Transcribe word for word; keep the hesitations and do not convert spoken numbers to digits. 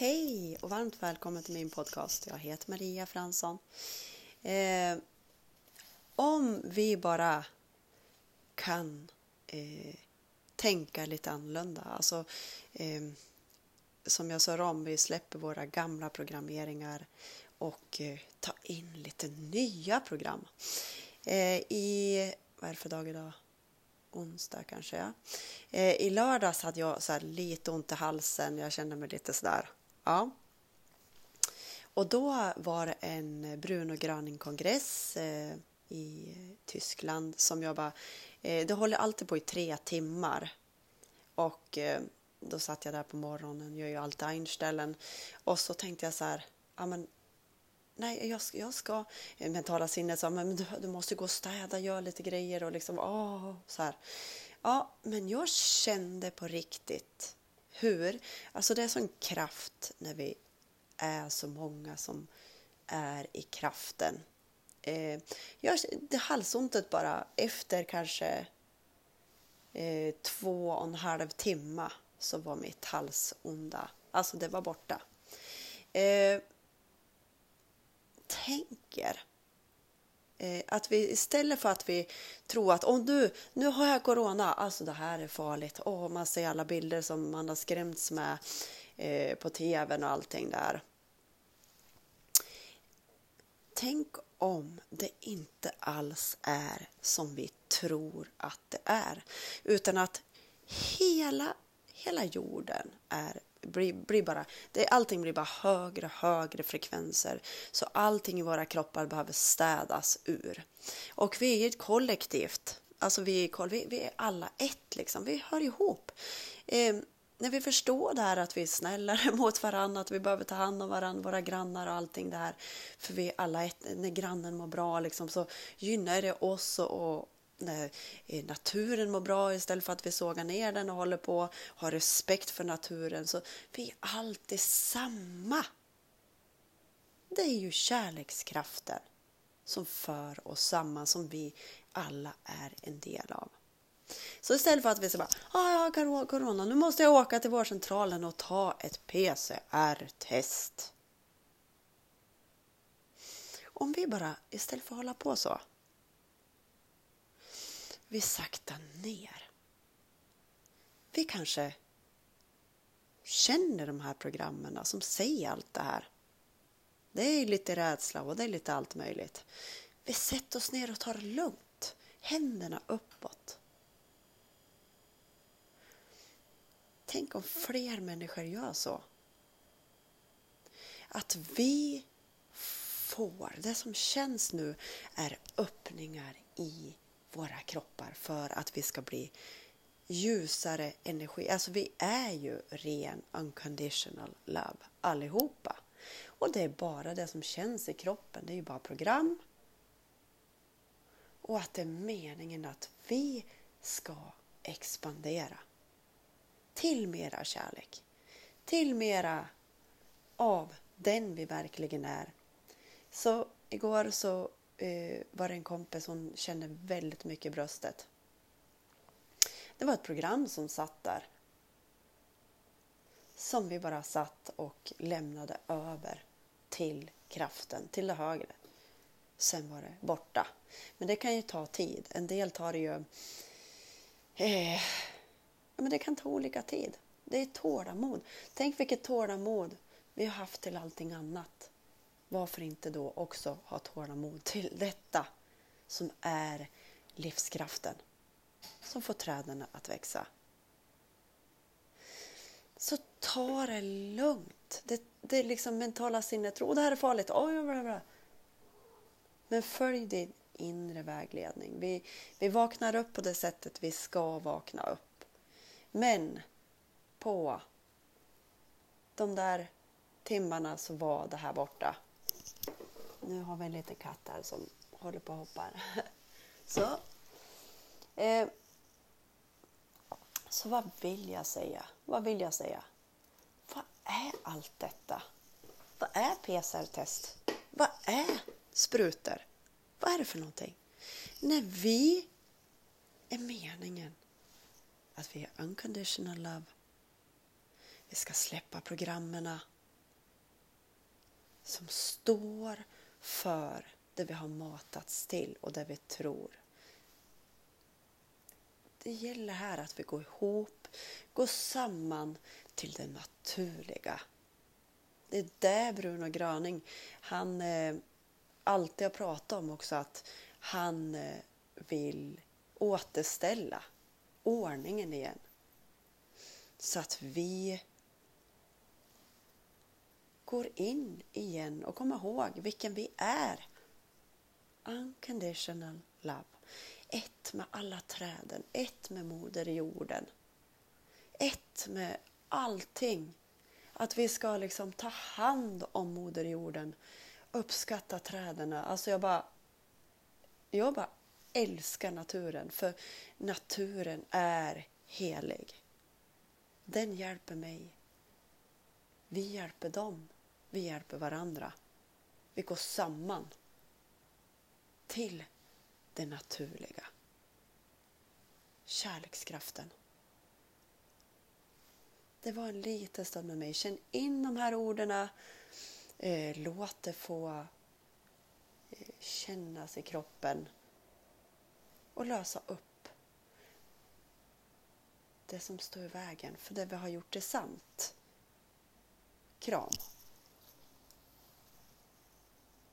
Hej och varmt välkommen till min podcast. Jag heter Maria Fransson. Eh, om vi bara kan eh, tänka lite annorlunda. Alltså, eh, som jag sa om, vi släpper våra gamla programmeringar och eh, tar in lite nya program. Eh, I, vad är det för dag idag? Onsdag kanske, ja. Eh, I lördags hade jag så här lite ont i halsen. Jag kände mig lite sådär. Ja. Och då var det en Bruno Gröning-kongress eh, i Tyskland som jag bara... Eh, det håller alltid på i tre timmar. Och eh, då satt jag där på morgonen. Gör ju alltid einställen. Och så tänkte jag så här... Ja, men... Nej, jag ska, jag ska mentala sinnet sa, men du, du måste gå och städa, göra lite grejer och liksom, åh, så här. Ja, men jag kände på riktigt hur, alltså det är sån kraft när vi är så många som är i kraften. Eh, jag, det halsontet bara efter kanske eh, två och en halv timme så var mitt halsonda, alltså det var borta. Eh, tänker eh, att vi istället för att vi tror att oh, nu, nu har jag corona, alltså det här är farligt. Oh, man ser alla bilder som man har skrämts med eh, på tvn och allting där. Tänk om det inte alls är som vi tror att det är, utan att hela, hela jorden är Blir, blir bara, det, allting blir bara högre högre frekvenser. Så allting i våra kroppar behöver städas ur. Och vi är ett kollektivt. Alltså vi är, vi, vi är alla ett liksom. Vi hör ihop. Eh, när vi förstår det här att vi är snällare mot varandra. Att vi behöver ta hand om varandra, våra grannar och allting det här. För vi är alla ett. När grannen mår bra liksom, så gynnar det oss och, och när naturen mår bra istället för att vi sågar ner den och håller på ha respekt för naturen, så vi är alltid samma. Det är ju kärlekskraften som för oss samman, som vi alla är en del av. Så istället för att vi säger bara, ah, jag har corona, nu måste jag åka till vårdcentralen och ta ett P C R-test. Om vi bara, istället för att hålla på så, vi saktar ner. Vi kanske känner de här programmen som säger allt det här. Det är lite rädsla och det är lite allt möjligt. Vi sätter oss ner och tar det lugnt. Händerna uppåt. Tänk om fler människor gör så. Att vi får, det som känns nu är öppningar i våra kroppar för att vi ska bli ljusare energi. Alltså vi är ju ren unconditional love allihopa. Och det är bara det som känns i kroppen. Det är ju bara program. Och att det är meningen att vi ska expandera. Till mera kärlek. Till mera av den vi verkligen är. Så igår så var det en kompis som kände väldigt mycket i bröstet. Det var ett program som satt där. Som vi bara satt och lämnade över till kraften, till det högre. Sen var det borta. Men det kan ju ta tid. En del tar det ju... Eh, men det kan ta olika tid. Det är tålamod. Tänk vilket tålamod vi har haft till allting annat. Varför inte då också ha tålamod till detta som är livskraften som får träden att växa. Så ta det lugnt. Det, det är liksom mentala sinnet. Oh, det här är farligt. Oh, bla, bla. Men följ din inre vägledning. Vi, vi vaknar upp på det sättet vi ska vakna upp. Men på de där timmarna så var det här borta. Nu har vi en liten katt här som håller på och hoppar. Så. Eh, så vad vill jag säga? Vad vill jag säga? Vad är allt detta? Vad är P C R-test? Vad är sprutor? Vad är det för någonting? När vi är meningen att vi är unconditional love. Vi ska släppa programmerna. som står för det vi har matats till och det vi tror. Det gäller här att vi går ihop, går samman till det naturliga. Det är det Bruno Gröning, han eh, alltid har pratat om också, att han eh, vill återställa ordningen igen. Så att vi går in igen och kommer ihåg vilken vi är. Unconditional love. Ett med alla träden, ett med moder jorden. Ett med allting. Att vi ska liksom ta hand om moder jorden. Uppskatta träden. Alltså jag bara, jag bara älskar naturen. För naturen är helig. Den hjälper mig. Vi hjälper dem. Vi hjälper varandra. Vi går samman till det naturliga. Kärlekskraften. Det var en liten stund med mig. Känn in de här orden. Eh, låt det få eh, kännas i kroppen. Och lösa upp det som står i vägen. För det vi har gjort är sant. Kram.